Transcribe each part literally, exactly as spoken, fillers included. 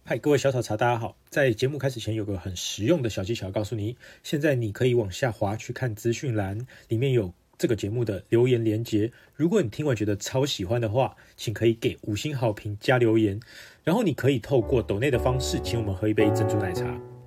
嗨，各位小草茶，大家好。在节目开始前，有个很实用的小技巧，告诉你，现在你可以往下滑去看资讯栏，里面有这个节目的留言连结。如果你听完觉得超喜欢的话，请可以给五星好评加留言，然后你可以透过抖内的方式，请我们喝一杯珍珠奶茶。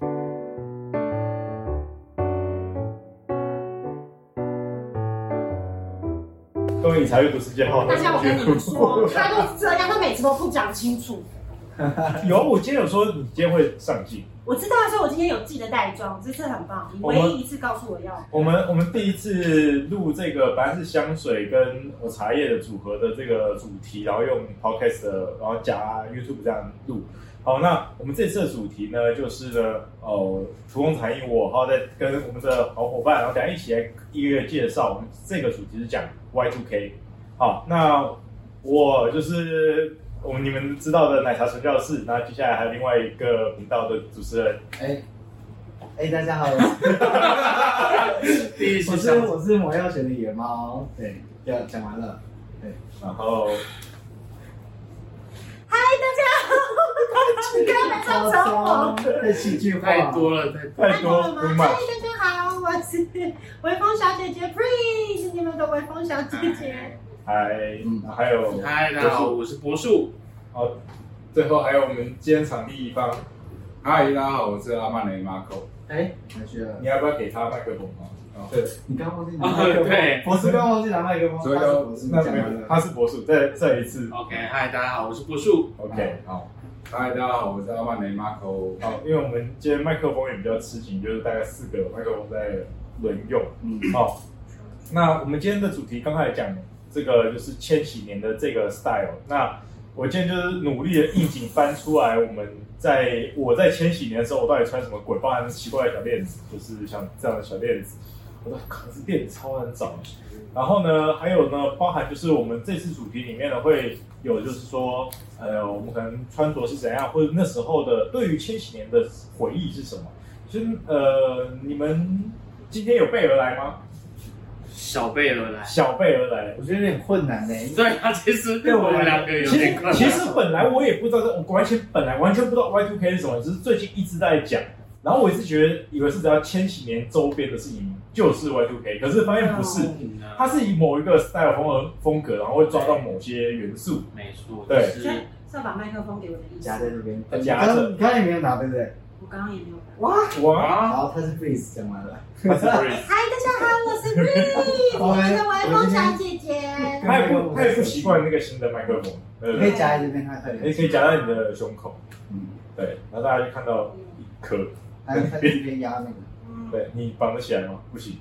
各位理财阅读时间， 大家我跟你们说，他都这样，他每次都不讲清楚。 有，我今天有说你今天会上镜， 我知道，所以我今天有记得带妆，这次很棒。你唯一一次告诉我要我们我们第一次录这个，本来是香水跟我茶叶的组合的这个主题，然后用 podcast 的，然后加 YouTube 这样录。好，那我们这次的主题呢，就是呢，哦，涂工产业我，然后再跟我们的好伙伴，然后等一下一起来一个一个介绍。我们这个主题是讲 Y 二 K。好，那我就是我们你们知道的奶茶传教士，那接下来还有另外一个频道的主持人。 哎，哎，大家好，我是第一次，我是我是魔药学的野猫。对，要讲完了。对， 然后， 嗨，大家好。你刚才上成我， 太戏剧化， 太多了， 太太多了吗？ 嗨，大家好，我是微风小姐姐 Free， 是你们的微风小姐姐。 嗨，嗯，还有， 嗨，大家好，我是柏树。 好，最后还有我们今天场地一方， 嗨，大家好，我是阿曼雷 Marco。 哎，同学， 你要不要给他麦克风啊？ 对，你刚忘记拿麦克风， 对， 博士刚忘记拿麦克风， 所以要那没有，他是博士，再再一次。 OK， 嗨，大家好，我是柏树。 OK， 好。 嗨，大家好，我是阿曼雷 Marco。 好，因为我们今天麦克风也比较吃紧，就是大概四个麦克风在轮用。嗯，好，那我们今天的主题刚才讲这个就是千禧年的这个 style。那我今天就是努力的应景翻出来，我们在我在千禧年的时候，我到底穿什么鬼，包含奇怪的小链子，就是像这样的小链子，我都可是链子超难找。然后呢，还有呢，包含就是我们这次主题里面呢，会有就是说，呃，我们可能穿着是怎样，或者那时候的对于千禧年的回忆是什么？其实，呃，你们今天有备而来吗？ 小备而来， 小备而来， 我觉得有点困难呢。 对啊，其实对我们两个有点困难。 其实其实本来我也不知道，我完全本来完全不知道 Y 二 K 是什么，只是最近一直在讲。然后我一直觉得以为是只要千禧年周边的事情就是 Y 二 K， 可是发现不是，它是以某一个 style 风格风格，然后会抓到某些元素。 没错， 对， 是要把麦克风给我的意思。 夹在这边， 夹着。 你刚刚也没有拿，对不对？ 我刚刚也没有拿。哇哇！ 好，他是 Breeze 讲完了。 他是 Breeze。 嗨，大家好，我是 Breeze， 我们的微风小姐姐。 他也不他也不习惯那个新的麦克风， 你可以夹在这边，看快点。 你可以夹在你的胸口。嗯，对，然后大家就看到一颗。 他他这边压那个， 对你绑得起来吗？不行。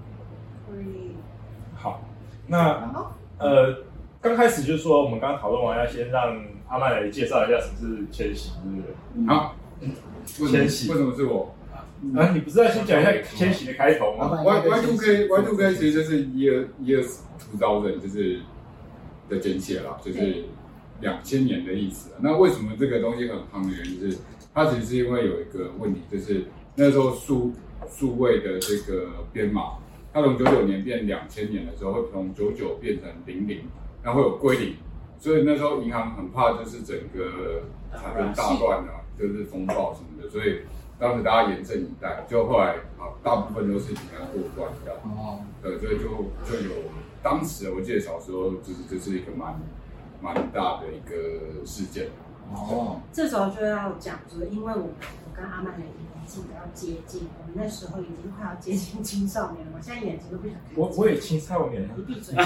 好，那呃，刚开始就是说，我们刚刚讨论完，要先让阿曼来介绍一下什么是千禧，对不对？ 好，千禧为什么是我？ 啊，你不是要先讲一下千禧的开头吗 ？Y Y 二 K Y 二 K 其实就是 year year two thousand 就是的简写啦，就是两千年的意思。那为什么这个东西很夯的原因是？它其实是因为有一个问题，就是那时候数数位的这个编码，它从九九年变两千年的时候，会从九九变成零零，然后会有归零，所以那时候银行很怕就是整个产能大乱啊，就是风暴什么的，所以当时大家严阵以待，就后来啊大部分都是平安过关这样。哦，对，所以就就有当时我记得小时候就是这是一个蛮蛮大的一个事件。 哦，这时候就要讲说，因为我们我跟阿曼的年纪比较接近，我们那时候已经快要接近青少年了。我现在眼睛都不想看。 我我也青少年， 你闭嘴。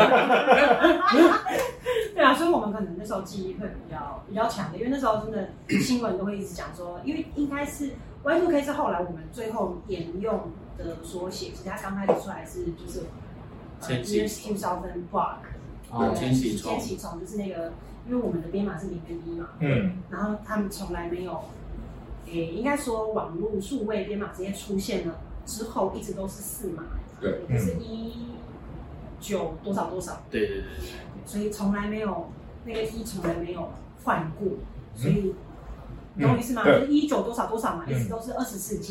对啊，所以我们可能那时候记忆会比较比较强的，因为那时候真的新闻都会一直讲说，因为应该是 Y 二 K 是后来我们最后沿用的缩写，其实它刚开始出来是就是千禧 two thousand block， 啊，千禧虫， 千禧虫就是那个。因为我们的编码是零跟一嘛， 嗯， 然后他们从来没有，诶，应该说网络数位编码直接出现了之后，一直都是四码， 对， 就是一九多少多少， 对对对对， 所以从来没有那个一从来没有换过，所以你懂我意思吗？就是一九多少多少嘛，一直都是二十世纪。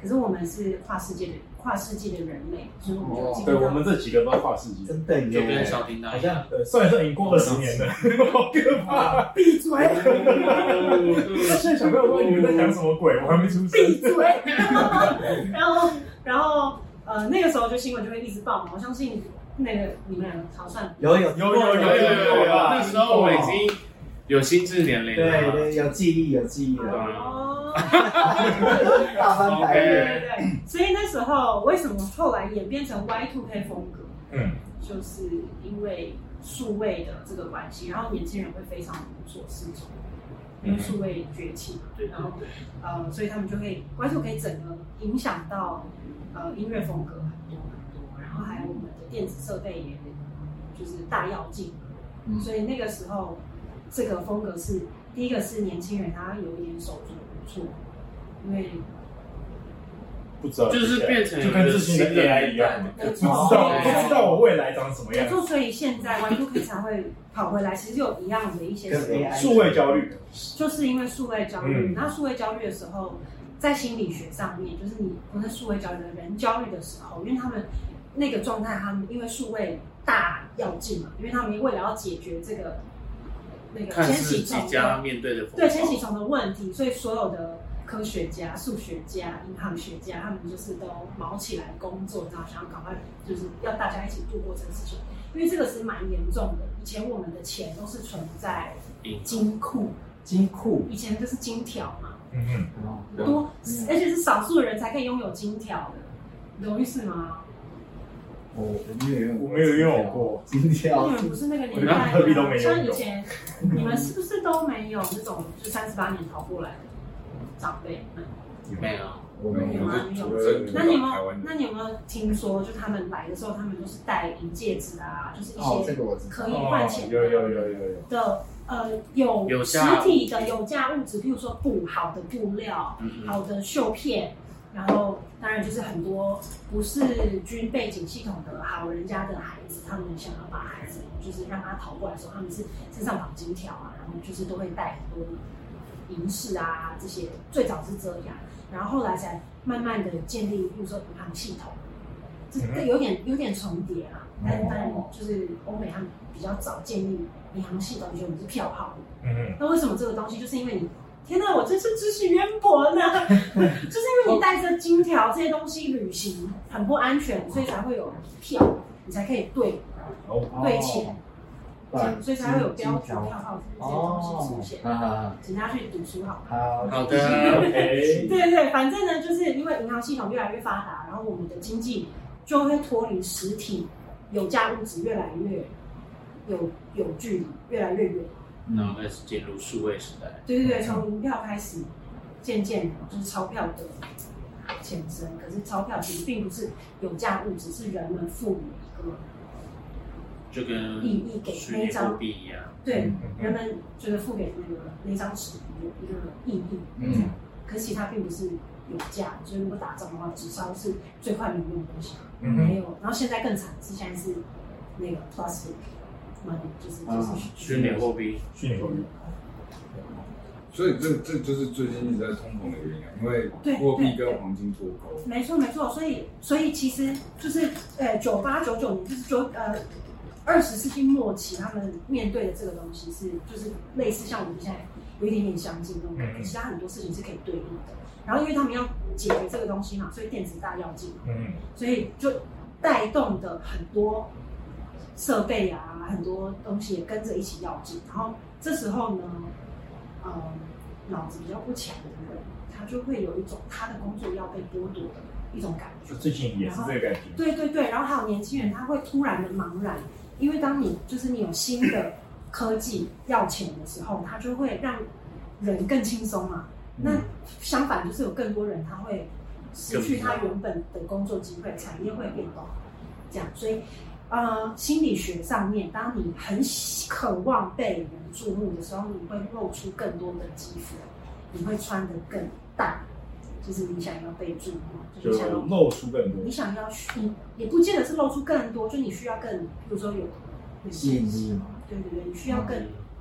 可是我们是跨世界的跨世纪的人类，所以我们就进入对我们这几个都跨世纪， 真的耶， 就跟小叮当好像对，虽然说已经过二十年了，好可怕！ 闭嘴， 现在小朋友说你们在讲什么鬼？我还没出生。 闭嘴。然后，然后，呃，那个时候就新闻就会一直报嘛。我相信那个你们两个好算有有有有有有有有， 那时候我已经有心智年龄了， 对对，有记忆有记忆了， 哦， 大翻白对眼。 对对。所以那时候为什么后来演变成 Y 二 K 风格？ 嗯， 就是因为数位的这个关系，然后年轻人会非常无所适从。因为数位崛起，对，然后呃，所以他们就会 Y 二 K 整个影响到呃音乐风格很多很多，然后还有我们的电子设备也就是大跃进，嗯、所以那个时候这个风格是第一个是年轻人他有一点手足无措，因为不知道就是变成就跟之前的 A I 一样，不知道不知道我未来长什么样。 就所以现在 Y 二 K 才会跑回来，其实有一样的一些数位焦虑， 就是因为数位焦虑。 嗯、 那数位焦虑的时候，在心理学上面，就是你不是数位焦虑的人焦虑的时候，因为他们那个状态，他们因为数位大跃进嘛，因为他们为了要解决这个那个千禧虫的面对的对千禧虫的问题，所以所有的科学家、数学家、银行学家，他们就是都忙起来工作，然后想要赶快就是要大家一起度过这个事情，因为这个是蛮严重的。以前我们的钱都是存在金库， 金库以前就是金条嘛， 嗯嗯，多，而且是少数的人才可以拥有金条的，你懂意思吗？ 我我没有用， 我没有拥有过金条， 你们不是那个年代特币都没有。 像以前你们是不是都没有那种就三十八年逃过来的长辈们？ 没有， 我没有。 那你有没有？那你有没有听说，就他们来的时候，他们都是带银戒指啊，就是一些可以换钱的， 有有有有有的呃有实体的有价物质，譬如说布好的布料、好的绣片，然后当然就是很多不是军背景系统的好人家的孩子，他们想要把孩子就是让他逃过来的时候，他们是身上绑金条啊，然后就是都会带很多银饰啊这些，最早是这样。然后后来才慢慢的建立，比如说银行系统，这这有点有点重叠啊。但但就是欧美他们比较早建立银行系统，就我们是票号。嗯那为什么这个东西？就是因为你，天哪，我真是知识渊博呢！就是因为你带着金条这些东西旅行很不安全，所以才会有票，你才可以兑兑钱。所以才会有标准票号这些东西出现，请大家去读书好吗？ 好的， 对对对，反正呢，就是因为银行系统越来越发达，然后我们的经济就会脱离实体有价物质越来越有有距离，越来越远。 然后开始进入数位时代。 对对对，从银票开始，渐渐就是钞票的前身。可是钞票其实并不是有价物质，是人们赋予一个。 就跟意义给那张币一样， 对，人们觉得付给那个那张纸有一个意义，嗯，可是其他并不是有价，所以如果打仗的话，纸钞是最快能用的东西，嗯，没有，然后现在更惨是现在是那个 plastic money， 就是就是虚拟货币， 虚拟货币。 所以这这就是最近一直在通膨的原因，因为货币跟黄金脱钩。 没错没错，所以所以其实就是呃九八九九年就是九呃。二十世纪末期，他们面对的这个东西是，就是类似像我们现在有一点点相近那种感觉，其他很多事情是可以对应的。然后，因为他们要解决这个东西嘛，所以电子大跃进，嗯，所以就带动的很多设备啊，很多东西也跟着一起跃进。然后这时候呢，呃，脑子比较不强的人，他就会有一种他的工作要被剥夺的一种感觉。 最近也是这个感觉。 对对对，然后还有年轻人，他会突然的茫然。因为当你就是你有新的科技要钱的时候，它就会让人更轻松嘛。嗯、那相反就是有更多人他会失去他原本的工作机会，产业会变动，这样。所以呃，心理学上面，当你很渴望被人注目的时候，你会露出更多的肌肤，你会穿得更大。就是你想要被注目， 就你想要露出更多。 你想要你也不见得是露出更多，就你需要更，比如说有吸引力嘛。 对对对，你需要更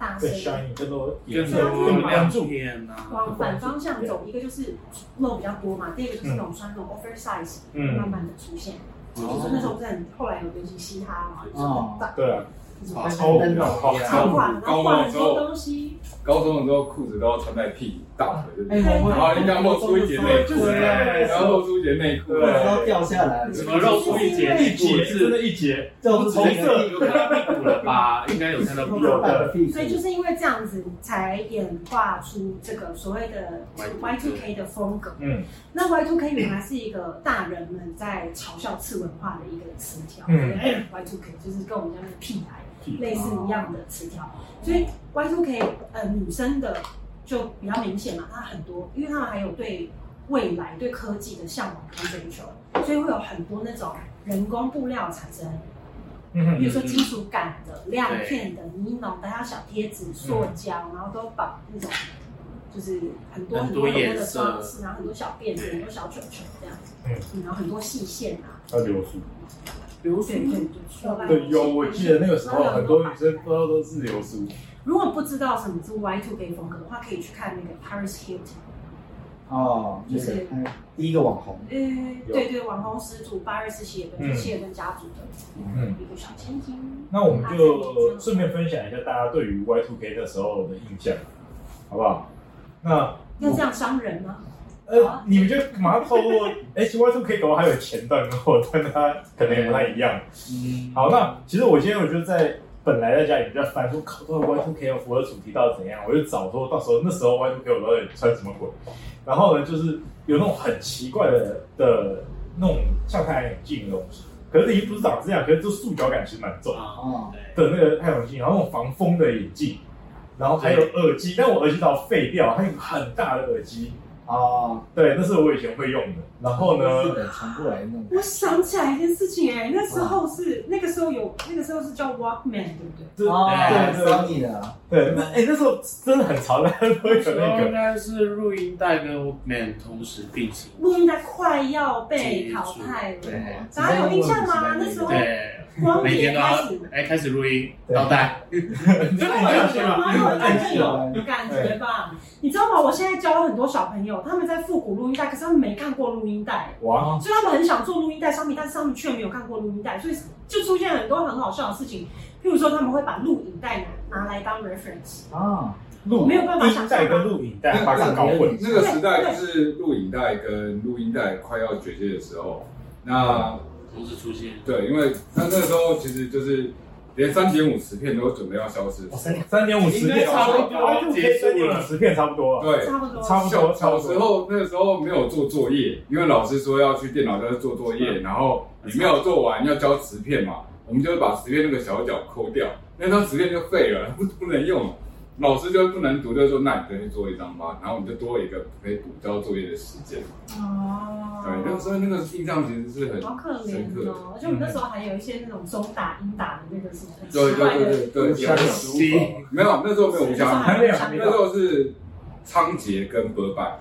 大声， 更 shiny，更多更颜色， 多更亮注。 片啊， 往反方向走，一个就是肉比较多嘛，第二个就是那种穿那种 oversize， 嗯慢慢的出现。就是那时候不是很后来有流行嘻哈嘛，就是很大， 对啊， 超超好超宽，然后换很多东西。 高中的时候裤子都要穿在屁股大腿， 哎，我然后一定要露出一截内裤，然后露出一截内裤， 然后掉下来， 什么露出一截一节真的一节， 就红色有看到屁股了吧？应该有看到屁股的。 所以就是因为这样子，才演化出这个所谓的 Y two K 的风格。 嗯， 那 Y two K 原来是一个大人们在嘲笑次文化的一个词条。 嗯 ，Y two K 就是跟我们家那个屁孩类似一样的词条。所以 Y two K 呃女生的就比较明显嘛，她很多，因为她们还有对未来、对科技的向往跟追求，所以会有很多那种人工布料产生。 嗯比如说金属感的、亮片的、尼龙的，还有小贴纸、塑胶，然后都绑那种，就是很多很多很多的装饰，然后很多小辫子、很多小球球这样子，嗯，然后很多细线啊， 还有流苏， 流苏对对对， 对，有我记得那个时候很多女生不知道都是流苏。 如果不知道什么是 Y two K 风格的话，可以去看那个 Paris Hilton。 哦，就是第一个网红， 呃，对对，网红始祖巴瑞斯希尔顿，希尔顿家族的嗯一个小千金。 那我们就顺便分享一下大家对于 Y two K 那时候的印象，好不好？那要这样伤人吗？ 呃，你们就马上透露，哎，其实 Y two K 搞不好还有前段跟后段，它可能也不太一样。嗯，好，那其实我今天我就在本来在家里比较烦，说考到 Y two K 要符合主题到底怎样，我就找说到时候那时候 Y two K 我到底穿什么鬼。然后呢，就是有那种很奇怪的的那种像太阳眼镜的东西，可是已经不是长这样，可是这塑胶感其实蛮重的那个太阳眼镜，然后那种防风的眼镜，然后还有耳机，但我耳机都要废掉，它有很大的耳机啊，对，那是我以前会用的。然后呢， 日本传过来那种。 我想起来一件事情哎，那时候是那个时候有那个时候是叫 Walkman 对不对？ 哦，对对，Sony 的。 对，那哎那时候真的很潮，大家都会有那个。 应该是录音带跟 Walkman 同时并行。 录音带快要被淘汰了，大家有印象吗？那时候光碟开始， 哎，开始录音倒带， 有感觉吗？有感觉有有感觉吧？你知道吗？我现在教很多小朋友，他们在复古录音带，可是他们没看过录音带，哇！所以他们很想做录音带商品，但是他们却没有看过录音带，所以就出现很多很好笑的事情。譬如说，他们会把录影带拿拿来当 reference 啊，录没有办法想象带跟录影带把它搞混。 那个时代就是录影带跟录音带快要绝迹的时候，那同时出现。 对，因为那那个时候其实就是连三点五磁片都准备要消失。 三点五磁片差不多结束了， 磁片差不多了。 对， 差不多， 差不多。 小时候那个时候没有做作业，因为老师说要去电脑教室做作业，然后你没有做完要交磁片嘛。我们就会把磁片那个小角抠掉，那张磁片就废了，不不能用了。老师就不能读，就说那你再去做一张吧，然后你就多一个可以补交作业的时间。哦，对，那所以那个印象其实是很好可怜哦，而且我们那时候还有一些那种中打英打的那个什么很对奇怪的， 对对对对，没有那时候没有无虾米，那时候是仓颉跟波拜。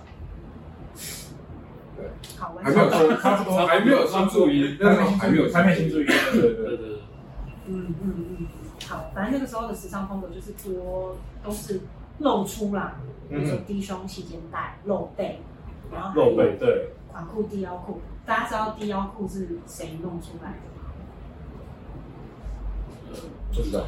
还没有差不多，还没有新注音，那时候还没有还没新注音，对对对对。 嗯嗯嗯，好，反正那个时候的时尚风格就是多都是露出啦，比如说低胸细肩带、露背，然后露背对， 垮裤、低腰裤。大家知道低腰裤是谁弄出来的吗？ 不知道，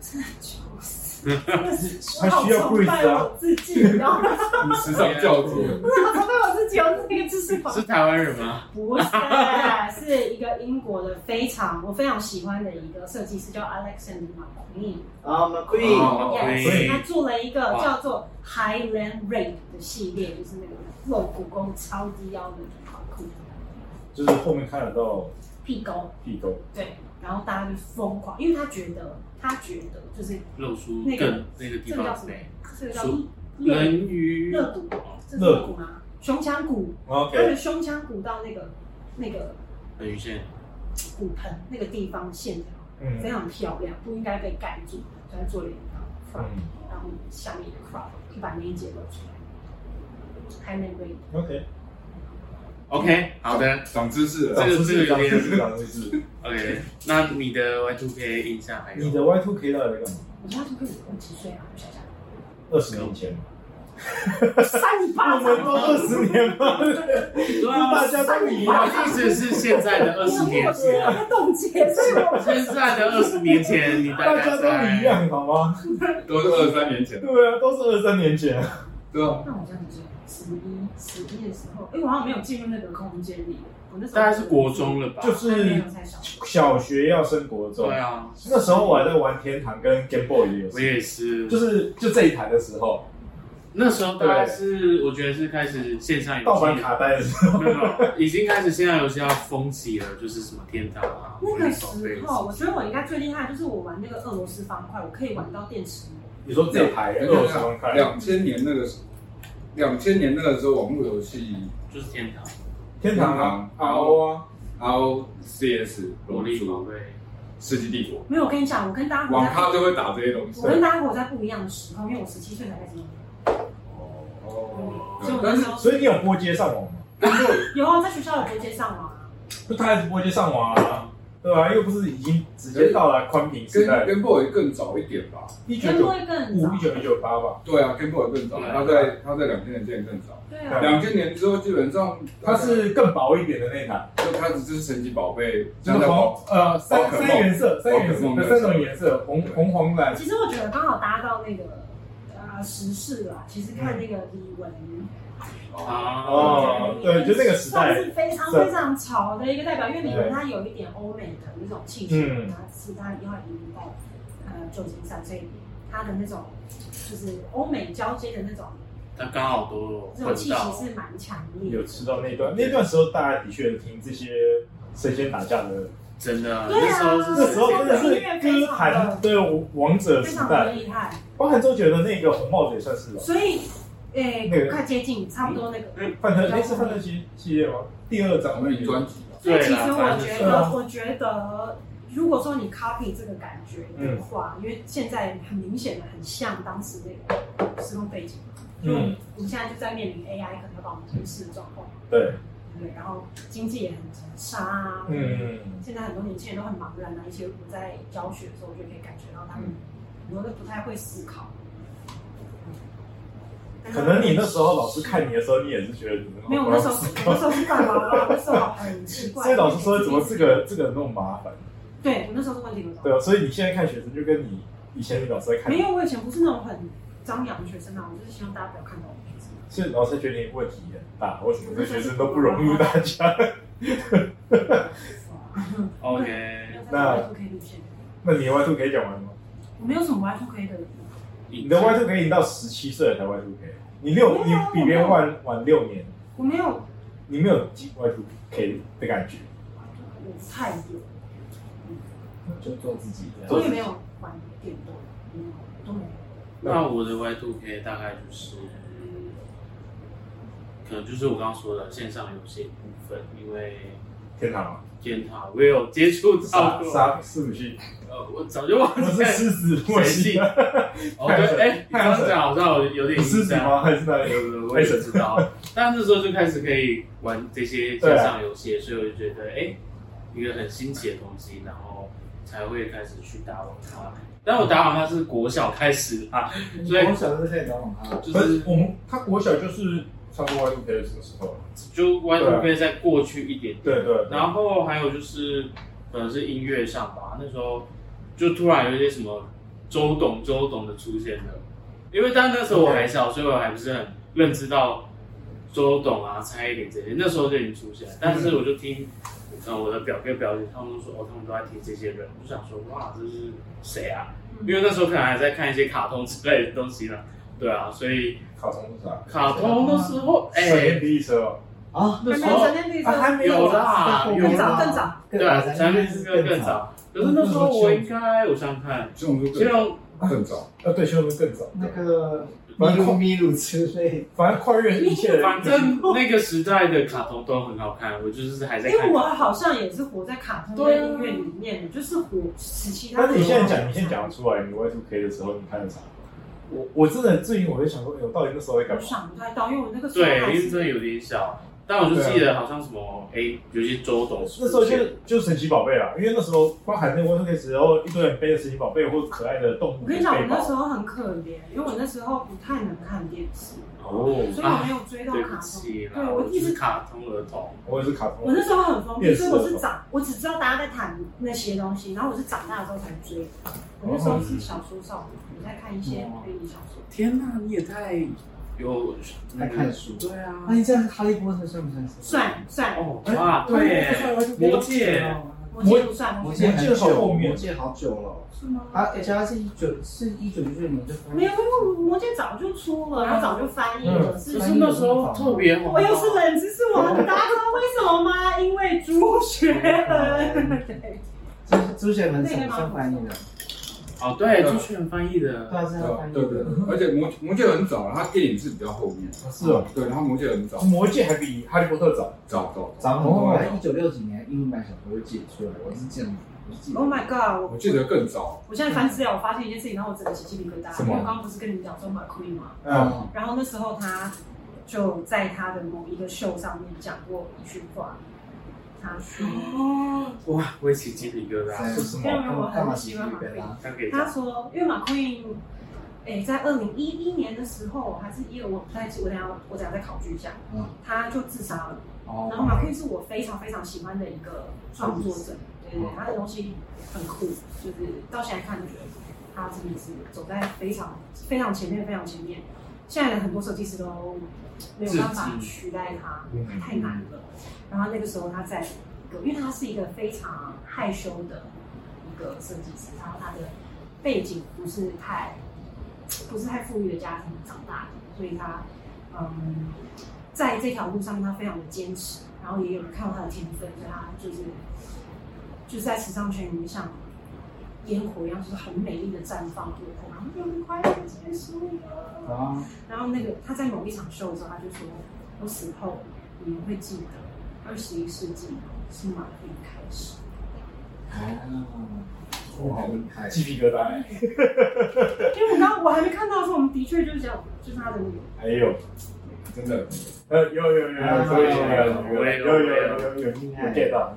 就是他需要 Grace 啊， 自己，你知道吗？ 你时尚教主， 我崇拜我自己，我是那个知识狂。 是台湾人吗？ 不是，是一个英国的非常我非常喜欢的一个设计师，叫 Alexander McQueen。 啊 ，McQueen， 他做了一个叫做 Highland Raid 的系列，就是那个露骨沟超低腰的垮裤， 就是后面看得到屁沟， 屁沟， 对。然后大家就疯狂，因为他觉得，他觉得就是露出那个那个地这个叫什么？这个叫人鱼肋骨，这是肋骨吗？胸腔骨，他的胸腔骨到那个那个人鱼线骨盆那个地方线条，嗯，非常漂亮，不应该被盖住，所以他做了一个 crop，然后下面一个 crop 就把那一节露出来，还能 OK。 OK， 好的， 长知识了， 这个这个有点长知识。 OK， 那你的 Y two K 印象还有？ 你的 Y two K 到底在干嘛？ 我现在就跟你我几岁啊？我想想， 二十年前。 三十八， 我们都二十年吗？ 对啊， 大家都一样。 意思是现在的二十年前， 我在冻结，所以我现在的二十年前，你大概大家都一样，好吗？ 都是二三年前。 对啊，都是二三年前。 对啊。 那我这样子，十一、十一的时候，哎，我好像没有进入那个空间里。我那时候大概是国中了吧？ 就是小学要升国中。 对啊。 那时候我还在玩天堂跟 Game Boy 的游戏。 我也是。 就是就这一台的时候。 那时候大概是，我觉得是开始线上游戏盗版卡带的时候， 没有，已经开始线上游戏要风起了，就是什么天堂啊。 那个时候，我觉得我应该最厉害就是我玩那个俄罗斯方块，我可以玩到电池。 你说这台俄罗斯方块？ 两千年那个，两千年那个时候网络游戏就是天堂， 天堂啊 ，R O 啊 ，R O C S， 萝莉宝贝。 世纪帝国没有，我跟你讲，我跟大家网咖就会打这些东西。 我跟大家活在不一样的时候，因为我十七岁才开始玩。 哦， 所以我那时候， 所以你有拨接上网吗？ 有啊，在学校有拨接上网啊。 不，他还是拨接上网啊，对吧？又不是已经直接到了宽屏时代。 跟 Game Boy 更早一点吧， 一九九五、一九九八吧。 对啊 ，Game Boy 更早，它在它在两千年前更早。 对啊， 两千年之后基本上它是更薄一点的那台， 就它只是神奇宝贝， 就是红呃三三原色，三原色三种颜色，红红黄蓝。 其实我觉得刚好搭到那个呃时事啦，其实看那个李玟。 哦，对，就那个时代算是非常非常潮的一个代表，因为李玟她有一点欧美的那种气息，她是她以后移民到呃旧金山，所以她的那种就是欧美交接的那种， 她刚好都这种气息是蛮强烈的。 有吃到那段那段时候，大家的确听这些神仙打架的。 真的， 对啊， 那时候是那时候真的是歌坛的王者时代， 非常的厉害。 包含周杰伦的那个红帽子也算是吧。 所以，诶，那个快接近，差不多那个。 嗯，范特，那是范特西系列吗？第二张那你专辑吧。 所以其实我觉得，我觉得，如果说你 copy 这个感觉的话，因为现在很明显的很像当时那个时空背景，嗯，我们现在就在面临 A I 可能要把我们吞噬的状况。 对。 对，然后经济也很差啊。嗯，现在很多年轻人都很茫然啊。一些我在教学的时候，我就可以感觉到他们很多都不太会思考。 可能你那时候老师看你的时候，你也是觉得没有，那时候那时候是干嘛啦？那时候很奇怪。 所以老师说怎么这个这个那么麻烦？ 对，我那时候是问题很多。 对啊，所以你现在看学生就跟你以前你老师在看。 没有，我以前不是那种很张扬的学生啊，我就是希望大家不要看到我。 所以老师觉得你问题很大，为什么这学生都不融入大家 ？OK， 那那你的 Y two K 讲完了吗？ 我没有什么 Y two K 的。 你的 Y two K 已经到十七岁才 Y two K， 你六你比别人晚晚六年。 我没有， 你没有 Y two K 的感觉。 我太有， 就做自己的。 我也没有玩电动，嗯，都没有。 那我的 Y two K 大概就是。可能就是我刚刚说的线上游戏部分，因为天堂， 天堂我有接触到过， 杀是不是？ 呃，我早就忘记是狮子莫西。 哦，对，哎，你刚刚讲好像有有点印象， 狮子吗？还是哪里？ 我也知道。但那时候就开始可以玩这些线上游戏，所以我就觉得，哎，一个很新奇的东西，然后才会开始去打网咖。但我打网咖是国小开始啊，所以国小就可以打网咖， 就是我们他国小就是。差不多 Y two K 的什么时候？ 就 Y two K 再过去一点点， 对 对, 对。 然后还有就是，可能是音乐上吧，那时候就突然有一些什么周董、周董的出现了，因为当那时候我还小，所以我还不是很认知到周董啊、蔡依林这些，那时候就已经出现了。但是我就听，呃，我的表哥表姐他们都说，哦，他们都在听这些人，我就想说，哇，这是谁啊？因为那时候可能还在看一些卡通之类的东西呢。对啊，所以卡通是啥？ 卡通的时候，哎， 闪电霹雳车哦， 啊， 那时候还没有啦，有更早更早， 对啊，闪电霹雳车更早。可是那时候我应该，我想想看， 七龙珠更早， 啊，对，七龙珠更早。 那个咪路咪路之类， 反正跨越一切， 反正那个时代的卡通都很好看，我就是还在看。 因为我好像也是活在卡通的音乐里面，就是活时期。 但是你现在讲，你先讲出来，你 Y two K 的时候你看的啥？我我真的最近我会想说，哎，我到底那时候在干嘛？ 我想不太到，因为我那个时候对，因为真的有点小。 但我就记得好像什么哎，有些周董那时候就就神奇宝贝啊，因为那时候包含那个 Wonder Case 时候，一堆人背着神奇宝贝或者可爱的动物。 我跟你讲，我那时候很可怜，因为我那时候不太能看电视。哦，所以我没有追到卡通。对，我一直卡通儿童， 我也是卡通。 我那时候很封闭，所以我是长，我只知道大家在谈那些东西，然后我是长大的时候才追。我那时候是小说少女，我在看一些推理小说。 天哪，你也太有在看书。 对啊， 那你这样哈利波特算不算？ 算算哦，哇，对，魔戒。 魔戒不算， 魔戒很久，魔戒好久了， 是吗？ 啊，而且它是一九是一九九九年就没有，因为魔戒早就出了，然后早就翻译了， 只是那时候特别红。 我又是冷知识王，大家知道为什么吗？因为朱学恒，对， 朱朱学恒怎么翻译的？ 哦，对，朱学恒翻译的， 对啊，是他翻译的。 对对，而且魔魔戒很早，它电影是比较后面。 是哦， 对，它魔戒很早。 魔戒还比哈利波特早， 早早早很多。一九六几年英文版小说就解出来，我是这样。 Oh my god！ 我记得更早。 我现在翻资料，我发现一件事情，然后我整个起鸡皮疙瘩。因为我刚刚不是跟你们讲说 McQueen 吗？嗯。然后那时候他就在他的某一个秀上面讲过一句话。他说：“ 哇，我也起鸡皮疙瘩。 是什么？因为我很喜欢马奎。他说，因为马奎，哎，在二零一一年的时候，还是一二，我不太记，我等下我等下再考据一下。嗯，他就自杀了。哦。然后马奎是我非常非常喜欢的一个创作者，对对，他的东西很酷，就是到现在看就觉得他真的是走在非常非常前面，非常前面。现在的很多设计师都没有办法取代他，太难了。”然后那个时候他在一个，因为他是一个非常害羞的一个设计师，然后他的背景不是太不是太富裕的家庭长大的，所以他嗯在这条路上面他非常的坚持，然后也有人看到他的天分，所以他就是就是在时尚圈里面像烟火一样，就是很美丽的绽放过后，然后就很快就结束了。啊、然后那个他在某一场秀的时候，他就说：“我死后你们会记得。”二十一世纪是马奎开始。 哦，好厉害， 鸡皮疙瘩。 因为我刚我还没看到的时候，我们的确就是这样，就是他的那个。 还有，真的，呃，有有有有有有有有有有有 get 到。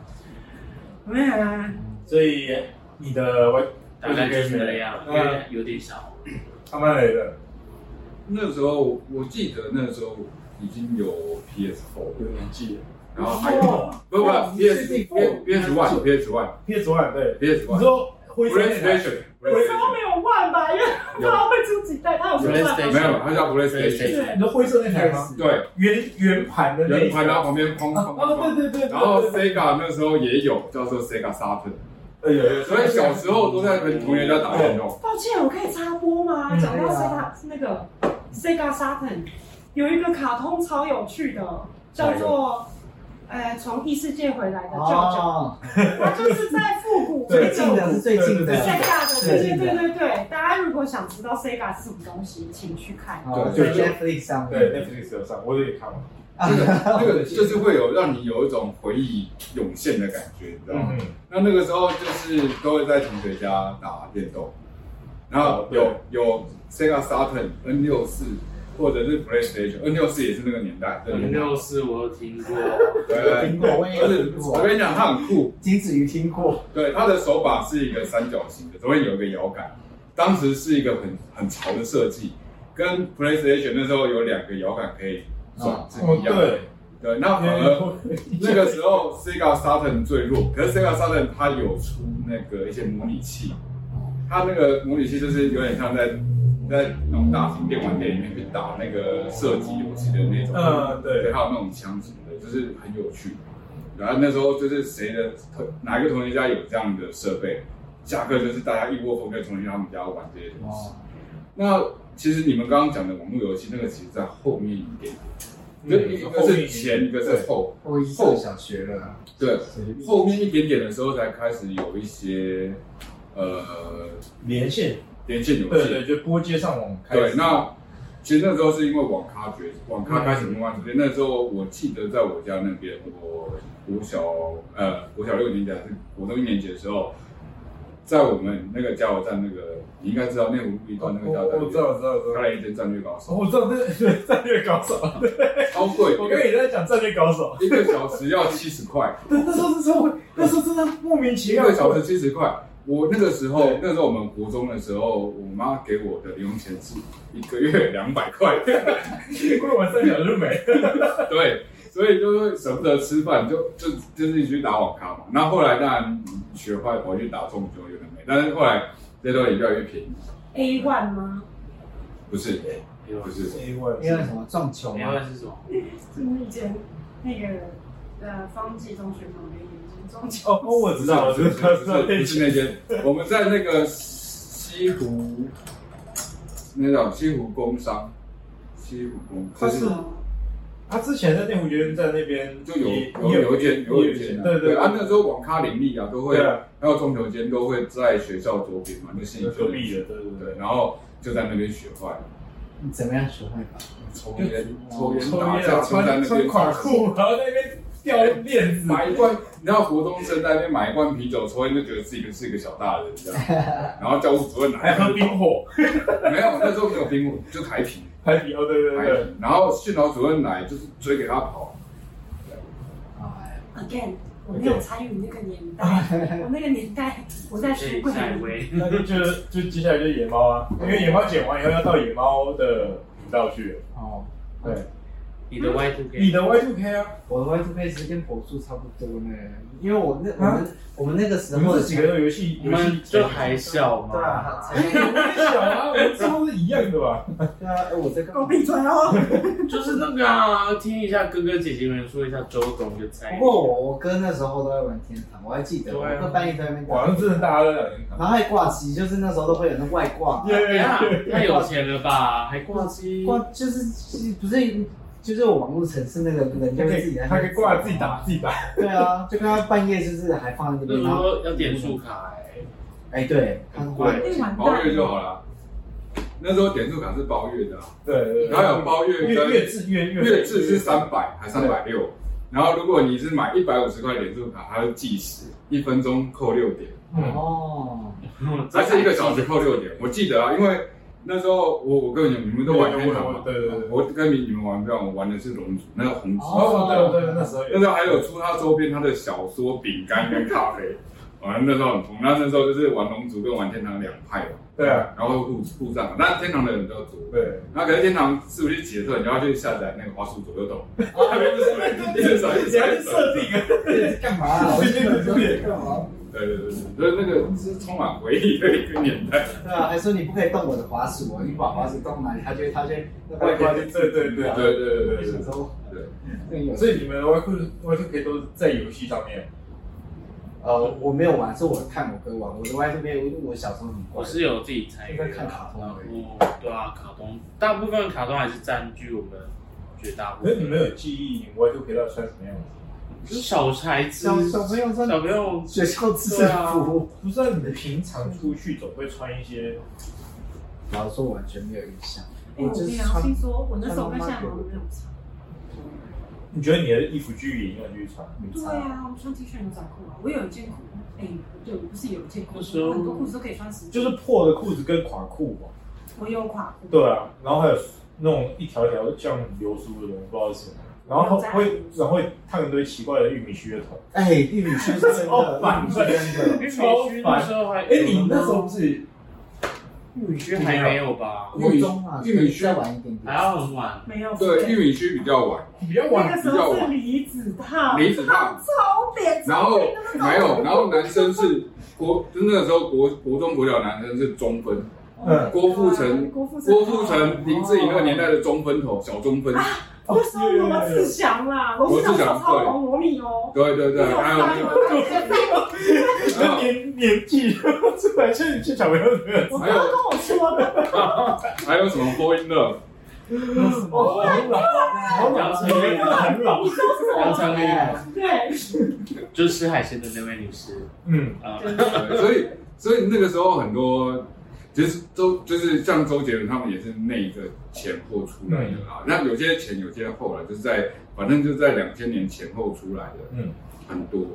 所以你的我大概就是那样，因为有点小。 他们来的。 那时候我记得那时候已经有 P S 四， 有年纪了。 然后还有不不 P S P S One P S One P S One 对 P S One 你说灰色那台那时候没有 One 吧？因为不知道会出几代，它有 One 没有，它叫 PlayStation。 你说灰色那台吗？ 对， 圆圆盘的圆盘，然后旁边框框框。 哦对对对。 然后 Sega 那时候也有叫做 Sega Saturn。 哎呦， 所以小时候都在跟同学家打电动。 抱歉，我可以插播吗？讲到 Sega 那个 Sega Saturn 有一个卡通超有趣的，叫做。呃，从异世界回来的舅舅，他就是在复古最近的是最近的 Sega 的，对对对对对。大家如果想知道 Sega 是什么东西，请去看。 对， 就 Netflix 上， 对 Netflix 有上，我也看了。 这个这个就是会有让你有一种回忆涌现的感觉，你知道吗？那那个时候就是都会在同学家打电动，然后有有 Sega Saturn N 六四。或者是 PlayStation，N 六四也是那个年代。 N 六四我有听过， 对， 听过，我也有听过。 我跟你讲，它很酷。 金子瑜听过。 对，它的手把是一个三角形的，左边有一个摇杆，当时是一个很很潮的设计，跟 PlayStation 那时候有两个摇杆可以转是一样的。对，对，那反而那个时候 Sega Saturn 最弱，可是 Sega Saturn 它有出那个一些模拟器，它那个模拟器就是有点像在。在那种大型电玩店里面去打那个射击游戏的那种， 嗯，对， 对，还有那种枪型的，就是很有趣。然后那时候就是谁的哪一个同学家有这样的设备，下课就是大家一窝蜂在同学他们家玩这些东西。那其实你们刚刚讲的网络游戏，那个其实在后面一点，就一个是前，一个是后， 后后小学了。 对，后面一点点的时候才开始有一些呃连线。 连线游戏， 对对，就拨接上网开始。 对，那其实那时候是因为网咖崛，网咖开始慢慢出现。那时候我记得在我家那边，我国小呃国小六年级还是国中一年级的时候， 在我们那个加油站那个，你应该知道内湖路一段那个加油站， 我知道，我知道，我知道。 开了一间战略高手， 我知道那个战略高手，对， 超贵。 我刚刚也在讲战略高手， 一个小时要七十块。 对，那时候是超贵，那时候真的莫名其妙。 一个小时七十块。我那个时候，那时候我们国中的时候，我妈给我的零用钱是一个月两百块， 过完三小时就没了。 对，所以就会舍不得吃饭，就就就是去打网咖嘛。那后来当然学坏，跑去打中球有点美，但是后来这都也越来越便宜。 A one 吗？ 不是，不是 A one， 因为什么撞球吗 ？A one 是什么？ 是以前那个呃方济中学旁边有一间撞球。 哦哦，我知道，我知道， 不是不是那间，我们在那个西湖，那叫西湖工商，西湖工， 他是他之前在内湖捷运站那边就有有有一间有一间， 对对啊，那时候网咖林立啊，都会，还有中球间都会在学校周边嘛，那新隔壁的，对对对，然后就在那边学坏。 你怎么样学坏法？ 抽烟，抽烟， 抽烟， 穿穿垮裤，然后在那边掉链子， 买一罐，你知道国中生在那边买一罐啤酒抽烟，就觉得自己是一个小大人这样，然后教务主任拿还喝冰火， 没有，那时候没有冰火，就台啤， 台啤哦，对对对， 然后训导主任来就是追给他跑。 Again， 我没有参与那个年代，我那个年代我在书柜里。 那就就接下来就是野猫啊，因为野猫剪完以后要到野猫的频道去。哦，对， 你的 Y two K， 你的 Y two K 啊， 我的 Y two K 其实跟火速差不多呢，因为我那我们我们那个时候这几个游戏， 我们就还小嘛， 对啊， 还小啊，我们都是一样的吧？ 对啊，哎，我在我闭嘴哦。 就是那个啊，听一下哥哥姐姐们说一下周董就在。 不过我我哥那时候都在玩天堂，我还记得，我哥半夜在那边打， 好像真的大家都在打天堂， 然后还挂机，就是那时候都会有那外挂， 太有钱了吧，还挂机， 挂就是不是。就是我网络城市那个人就会自己来， 他可以挂自己打自己打。 对啊，就看他半夜就是还放在那边。 那时候要点数卡哎，哎对， 很贵， 包月就好了。那时候点数卡是包月的， 对对。 然后有包月跟月制月月制是三百还三百六，然后如果你是买一百五十块点数卡，它会计时，一分钟扣六点。 哦， 还是一个小时扣六点，我记得啊，因为。那时候我我跟你们你们都玩天堂嘛， 对对对， 我跟你们玩不一样，我玩的是龙族那个红级。 哦，对对，那时候那时候还有出它周边它的小说、饼干跟咖啡，啊那时候很红。那那时候就是玩龙族跟玩天堂两派嘛。 对啊， 然后互互战嘛，那天堂的人比较多。 对， 那可是天堂是不是解特？你要去下载那个滑鼠左右动。那边就是一直甩，一直甩， 设定啊， 干嘛？我这个有点干嘛？ 对对对对，就是那个是充满回忆的一个年代。 对啊，还说你不可以动我的滑鼠哦，你把滑鼠动哪里，他就他就那外挂就对对对对对对对对对。所以你们的 Y two Y two K 都是在游戏上面。 呃，我没有玩，是我看我哥玩。我的 Y two K， 我小时候很乖。 我是有自己参与， 在看卡通而已。 对啊，卡通，大部分卡通还是占据我们绝大部分。 可是你们有记忆，你 Y two K 到底穿什么样子？ 就是小孩子， 小小朋友穿小朋友学校制服， 不是你们平常出去总会穿一些。 老实说，完全没有印象。 我跟你良心说，我那时候跟现在好像没有差。 你觉得你的衣服剧也应该去穿？ 对啊，我穿 T 恤牛仔裤啊，我有一件裤，哎，对，我不是有一件裤，很多裤子都可以穿十。 就是破的裤子跟垮裤嘛。 我有垮裤。 对啊，然后还有那种一条条像流苏的东西，不知道是什么。然后会，然后会烫一堆奇怪的玉米须的头。 哎，玉米须是超烦的， 超烦。 哎，你那时候不是玉米须还没有吧？ 国中啊， 玉米须再晚一点点， 还要很晚。 没有。 对，玉米须比较晚， 比较晚， 那个时候是离子烫， 离子烫超扁。 然后没有，然后男生是国，就那个时候国国中国小男生是中分。嗯，郭富城，郭富城，林志颖那个年代的中分头，小中分。 那时候罗志祥啦，罗志祥超红罗密欧。 对对对，还有那个， 那年年纪出来，现在小朋友没有。 我刚刚跟我说的。 还有什么 Fall in Love？ 哦，很老， 杨丞琳很老， 杨丞琳， 对， 就是吃海鲜的那位女士。 嗯啊， 所以所以那个时候很多。其实周就是像周杰伦他们也是那个前后出来的啦，那有些前有些后了，就是在反正就是在两千年前后出来的，嗯，很多。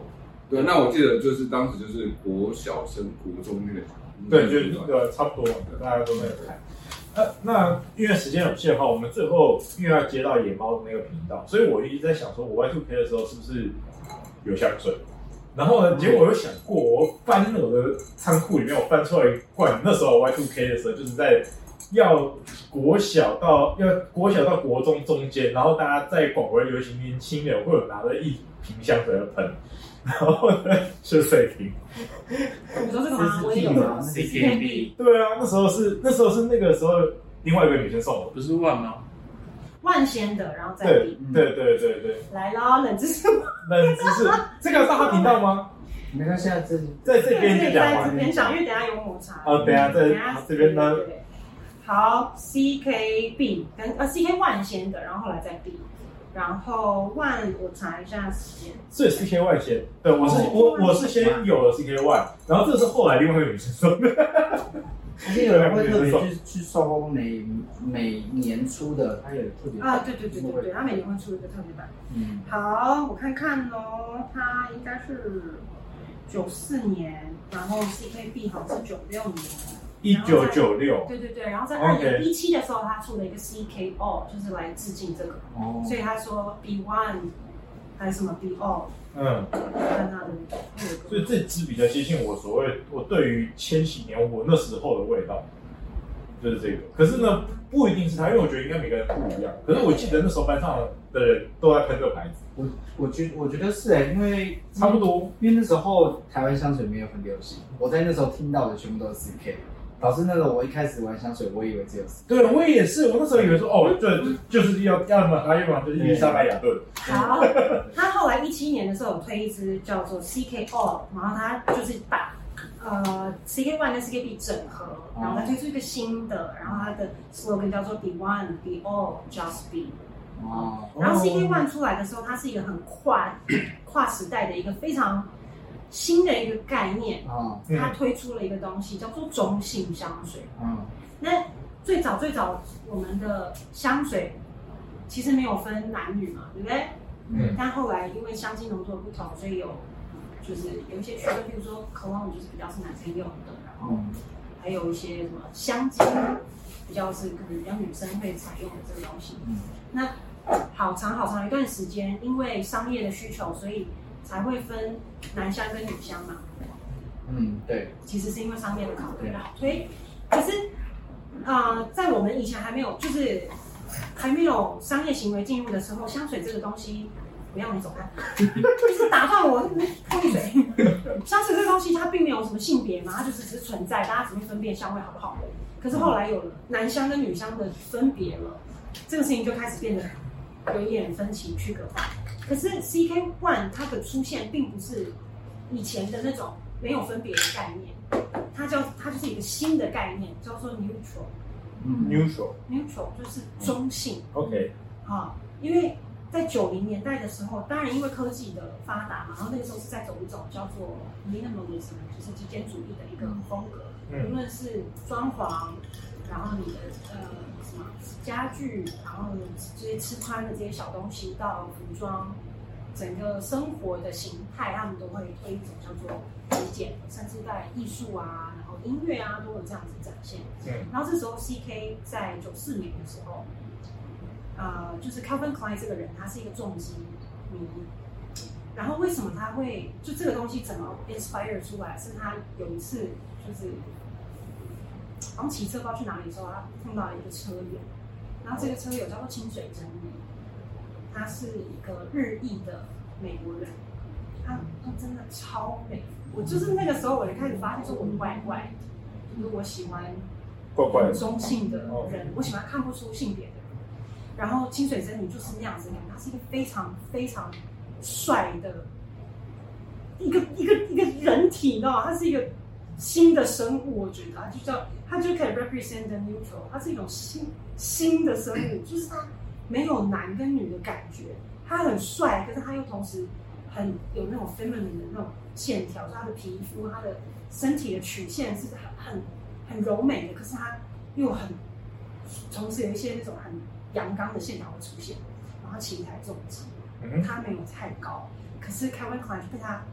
对，那我记得就是当时就是国小升国中那个， 对，就是对，差不多，大家都没有看。呃，那因为时间有限的话，我们最后因为要接到野猫的那个频道，所以我一直在想说，我 Y 二 K 的时候是不是有香水？然后呢，结果我又想过，我翻我的仓库里面，我翻出来一罐，那时候 Y 二 K 的时候，就是在要国小到要国小到国中中间，然后大家在广为流行，年轻人会有拿着一瓶香水的喷，然后呢是水瓶。 你说这个吗？我也有 C K B。 对啊，那时候是那时候是那个时候另外一个女生送我， 不是万吗？ 万仙的，然后再对比。 对对对对， 来咯，冷知识。 冷知识，这个要到他频道吗？ 没关系，在这在这边就讲在吗这边讲，因为等一下有抹茶。 哦，等一下在等一下这边呢。 对对对好 ，C K B 跟呃 C K 万先的，然后后来再 B， 然后万我查一下时间。 所以 C K Y 先，对，我是我我是先有了 C K Y， 然后这是后来另外一个女生送的。 而且有人会特别去去售每每年出的，它有特别啊，对对对对对，它每年会出一个特别版。 嗯， 好，我看看哦，它应该是九四年，然后 C K B 好像是九六年。 一九九六， 对对对，然后在二零一七的时候，他出了一个 C K O， 就是来致敬这个，哦、所以他说 B one 还是什么 B O， 嗯，看他的， 所以这支比较接近我所谓我对于千禧年我那时候的味道，就是这个。可是呢，不一定是他，因为我觉得应该每个人不一样。可是我记得那时候班上的人都在喷这个牌子， 我我觉我觉得是哎、欸，因为差不多， 因为那时候台湾香水没有很流行，我在那时候听到的全部都是 C K。导致那个我一开始玩香水，我以为只有 C K。 对，我也是，我那时候以为说，哦，对，就是要要么还有嘛，就是伊丽莎白雅顿。 好，他后来一七年的时候有推一支叫做 C K O， 然后他就是把呃 C K one 跟 C K B 整合，然后他推出一个新的，然后他的 slogan 叫做 Be One, Be All, Just Be。哦。然后 C K one 出来的时候，它是一个很跨跨时代的一个非常新的一个概念，哦、它推出了一个东西叫做中性香水。嗯，那最早最早我们的香水其实没有分男女嘛，对不对？嗯。但后来因为香精浓度不同，所以有就是有一些区分，比如说 cologne 就是比较是男生用的，然后还有一些什么香精比较是可能比较女生会采用的这个东西。嗯。那好长好长一段时间，因为商业的需求，所以才会分男香跟女香嘛。 嗯，对。 其实是因为商业的考虑啦，所以可是啊、呃，在我们以前还没有就是还没有商业行为进入的时候，香水这个东西，不要你走开，就是打断我喷嘴。香水这个东西它并没有什么性别嘛，它就是只是存在，大家只会分辨香味好不好。可是后来有了男香跟女香的分别了，这个事情就开始变得有一点分歧区隔化。可是 C K one 它的出现并不是以前的那种没有分别的概念，它叫它就是一个新的概念，叫做 neutral。 嗯 ，neutral neutral 就是中性。 OK。 啊，因为在九零年代的时候，当然因为科技的发达嘛，然后那个时候是在走一种叫做 minimalism， 就是极简主义的一个风格，嗯、无论是装潢，然后你的呃什么家具，然后这些吃穿的这些小东西，到服装，整个生活的形态，他们都会推一种叫做极简，甚至在艺术啊，然后音乐啊，都有这样子展现。嗯，然后这时候 C K 在九四年的时候。呃，就是 Calvin Klein 这个人，他是一个重机迷。然后为什么他会就这个东西怎么 inspire 出来？是他有一次就是好像骑车不知道去哪里的时候，他碰到了一个车友，然后这个车友叫做清水真理，他是一个日裔的美国人，他他真的超美。我就是那个时候我就开始发现说我怪怪，就是我喜欢怪怪中性的人，我喜欢看不出性别的。然后清水真理就是那样子，他是一个非常非常帅的一个一个一个人体，你知道吗？他是一个新的生物，我觉得他就叫他就可以 represent the neutral， 他是一种新新的生物，就是他没有男跟女的感觉，他很帅，可是他又同时很有那种 feminine 的那种线条，就他的皮肤、他的身体的曲线是很很很柔美的，可是他又很同时有一些那种很阳刚的线条会出现，然后骑一台重机，他没有太高，可是 Calvin Klein 就被他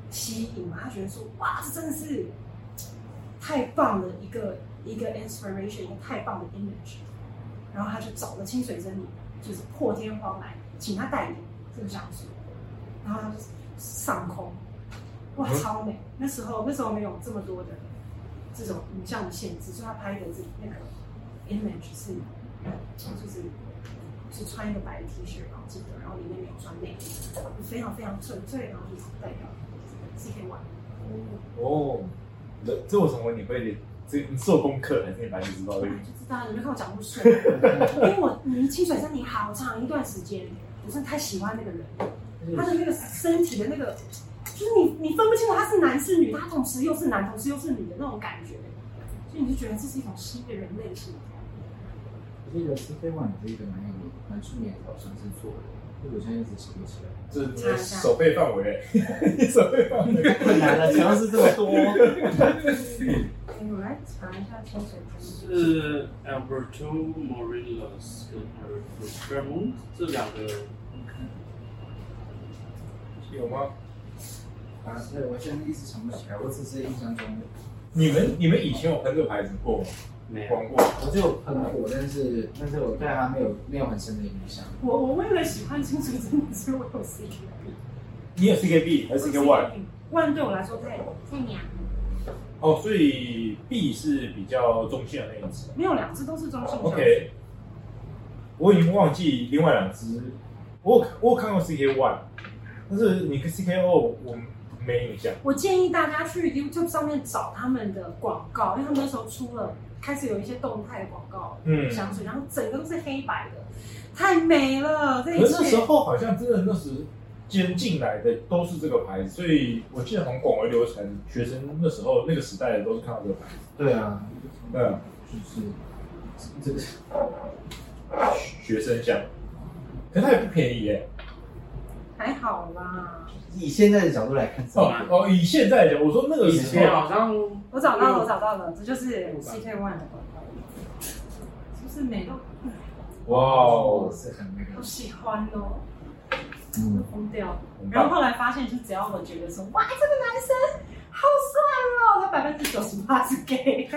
吸引嘛，他觉得说哇，这真的是太棒了一个一个 inspiration， 一个太棒的 image， 然后他就找了清水真理，就是破天荒来请他代言这个香水，然后他就上空，哇，超美！那时候那时候没有这么多的这种影像的限制，所以他拍的这那个 image 是就是是穿一个白的 T 恤，然后记得，然后里面没有穿内衣，非常非常纯粹，然后就是代表 C K one。 哦，这这为什么你会这你做功课还是你哪里知道这个？ 不知道，你没看我讲故事，因为我迷清水真理好长一段时间，我真的太喜欢那个人，他的那个身体的那个，就是你你分不清楚他是男是女，他同时又是男，同时又是女的那种感觉，所以你就觉得这是一种新的人类型。 我记得 C K one 是一个蛮有蛮出名的调香师做的，所以我现在一直想不起来。 这是你的手背范围，手背范围困难了，调是这么多。 我来查一下清水真理。 是 Alberto Morelos 跟 Alberto Cremont 这两个有吗？ 啊，对，我现在一时想不起来，我只是印象中。 你们你们以前有喷这个牌子过吗？ 没有玩过。 我就有喷过，但是但是我对它没有没有很深的印象。 我我为了喜欢清水真理，所以我有 C K B。 你有 C K B 还是 C K one？one 对我来说太太娘。 哦，所以 B 是比较中性的那一支。 没有，两只都是中性。 OK。我已经忘记另外两只，我有我有看过 C K one， 但是你跟 C K O 我没印象。 我建议大家去 YouTube 上面找他们的广告，因为他们那时候出了开始有一些动态的广告，嗯，香水，然后整个都是黑白的，太美了。这一切。 可是那时候好像真的那时间进来的都是这个牌子，所以我记得很广为流传，学生那时候那个时代的都是看到这个牌子。 对啊， 对啊， 就是这个学生香，可是它也不便宜耶。 还好啦。 以现在的角度来看， 哦哦，以现在讲，我说那个时候好像我找到了，我找到了，这就是 C K one 的广告，就是美到哇哦， 是很那个， 好喜欢哦， 嗯， 疯掉。然后后来发现，就只要我觉得说，哇，这个男生好帅哦，他百分之九十八是 gay。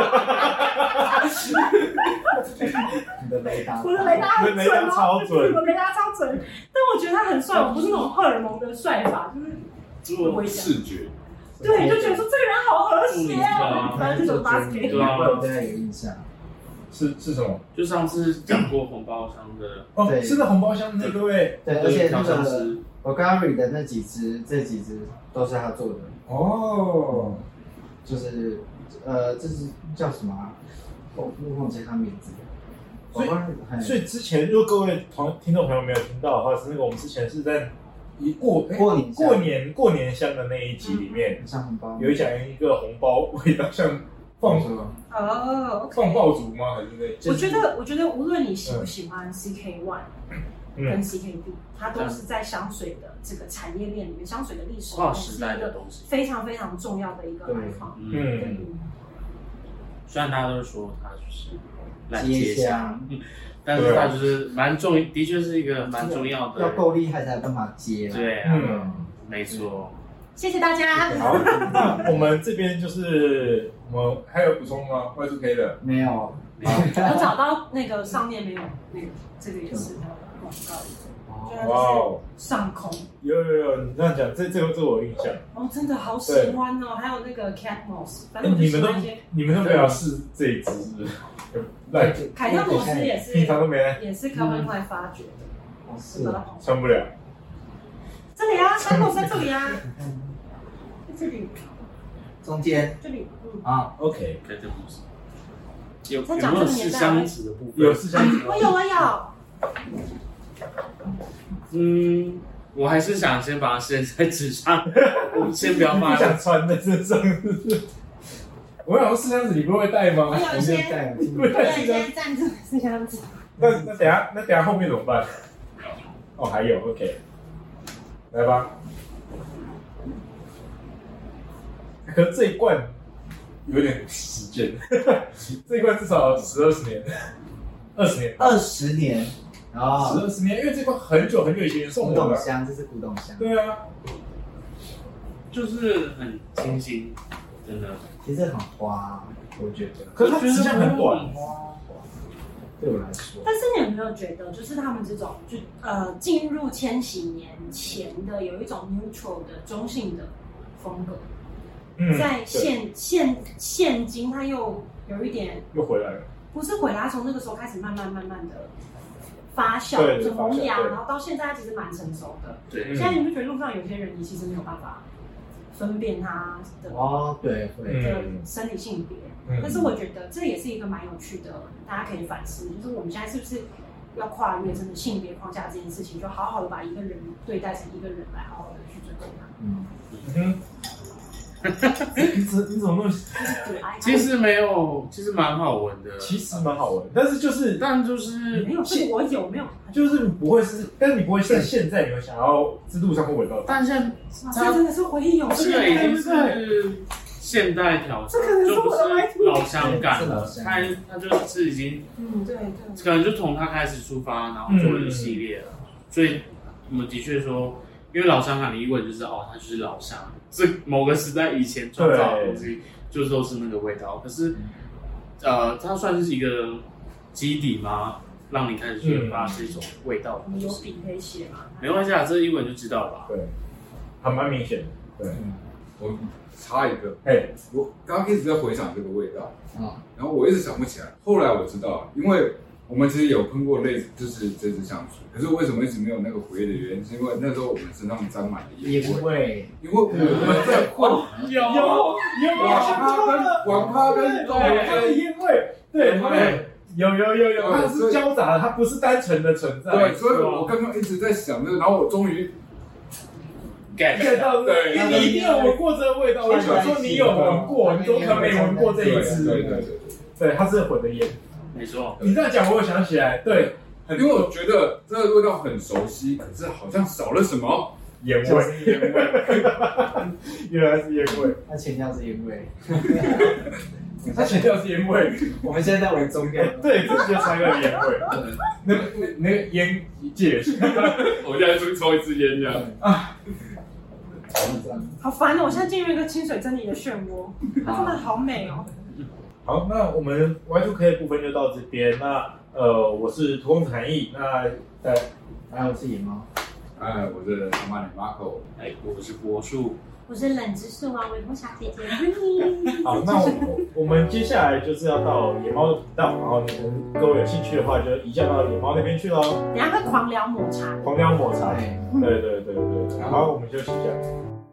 你的雷达， 我的雷达很准哦， 超准， 我雷达超准。但我觉得他很帅，我不是那种荷尔蒙的帅法，就是做视觉。 对，就觉得说这个人好和谐哦，百分之九十八是 gay。 对啊，我对他有印象。 是是什么？ 就上次讲过红包箱的哦，是那红包箱那个位。 对，而且那个 Bulgari 的那几支，这几支都是他做的。 哦， 就是呃，这是叫什么啊？我忘记他名字。 所以，所以之前如果各位朋听众朋友没有听到的话，是那个我们之前是在一过过年过年过年香的那一集里面， 像红包有讲一个红包味道像放哦， 放爆竹吗？还是那？ 我觉得，我觉得无论你喜不喜欢 C K one 跟 C K B， 它都是在香水的这个产业链里面，香水的历史跨时代的东西， 非常非常重要的一个牌坊。 嗯， 虽然大家都说它就是烂街香， 但是它就是蛮重，的确是一个蛮重要的， 要够厉害才有办法接。 对啊，没错。 谢谢大家。 好，那我们这边就是我们还有补充吗 ？Y two K 的没有， 我找到那个上面没有那个，这个也是它的广告。哇哦，上空有有有，你这样讲，这这个这我有印象。 哦，真的好喜欢哦，还有那个 Cat Moss， 反正你们都你们都没有试这一支是不是？来， 凯特摩斯也是， 平常都没， 也是 Calvin Klein 发掘的， 是穿不了。 这里啊，三口在这里啊，这里， 中间， 这里，嗯， 啊 ，OK， 凯特摩斯。有有没有试香纸的部分？ 有试香纸， 我有我有。 嗯，我还是想先把它写在纸上，我们先不要放。 不想穿在身上。我想说试香纸你不会带吗？ 我有一些， 我有一些赞助试香纸。 那那等下那等下后面怎么办？哦，还有 OK， 来吧。可是这一罐有点时间，这一罐至少十二十年，二十年， 二十年。 哦，十二十年，因为这罐很久很久以前送我的。古董香，这是古董香。 对啊， 就是很清新，真的。 其实很花，我觉得。 可是它时间很短， 对我来说。 但是你有没有觉得，就是他们这种就呃进入千禧年前的有一种 neutral 的中性的风格， 嗯， 在现现现今它又有一点又回来了， 不是回来，它从那个时候开始慢慢慢慢的发酵、就萌芽，然后到现在它其实蛮成熟的。 对， 现在你不觉得路上有些人你其实没有办法分辨他的哦，对，会的生理性别，嗯、但是我觉得这也是一个蛮有趣的，大家可以反思，就是我们现在是不是要跨越真的性别框架这件事情，就好好的把一个人对待成一个人来好好的去尊重他。 嗯嗯。你怎你怎么那么？ 其实没有，其实蛮好闻的。 其实蛮好闻，但是就是， 但就是没有，这个我有没有？ 就是你不会是，但是你不会在现在你会想要在路上会闻到。 但现在这真的是回忆涌现， 这个已经是现代调整，就不是老香感了。它它就是已经， 嗯，对对， 可能就从它开始出发，然后做一系列了。所以我们的确说。因为老香港的一闻就是哦，它就是老香，是某个时代以前创造的东西，就都是那个味道。可是，呃，它算是一个基底吗？让你开始研发是一种味道。 你有笔可以写吗？ 没关系啊，这一闻就知道了吧？ 对，还蛮明显的。对， 嗯、我插一个， 哎， 我刚刚一直在回想这个味道啊，然后我一直想不起来。后来我知道了，因为。我们其实有喷过类似，就是这支香水，可是为什么一直没有那个回忆的原因，是因为那时候我们身上沾满了烟味，因为我们在混有有瓦卡跟瓦卡跟对它的烟味，对，它有有有有，它是交杂的，它不是单纯的存在。 对，所以我刚刚一直在想这个，然后我终于 get 到，对，你一定有闻过这个味道。我想说你有闻过，你怎么可能没闻过这一支？ 对对对， 对，它是混的烟。 没错， 你这样讲，我有想起来，对， 因为我觉得这个味道很熟悉，可是好像少了什么烟味， 烟味， 原来是烟味， 它前调是烟味， 它前调是烟味， 我们现在在闻中药， 对，这就才有烟味，那个那个烟戒， 我现在出去抽一支烟这样啊， 好烦哦！我现在进入一个清水真理的漩涡，它真的好美哦。 好，那我们 Y 二 K 的部分就到这边。那呃，我是涂公子韩毅，那呃， 哎，我是野猫， 哎，我是长马里 Marco， 哎，我是柏树， 我是冷知识王微风小姐姐 Winnie。 好，那我我们接下来就是要到野猫的频道，然后你们各位有兴趣的话，就移驾到野猫那边去喽。 等下会狂聊抹茶， 狂聊抹茶，对对对对对。好，我们休息一下。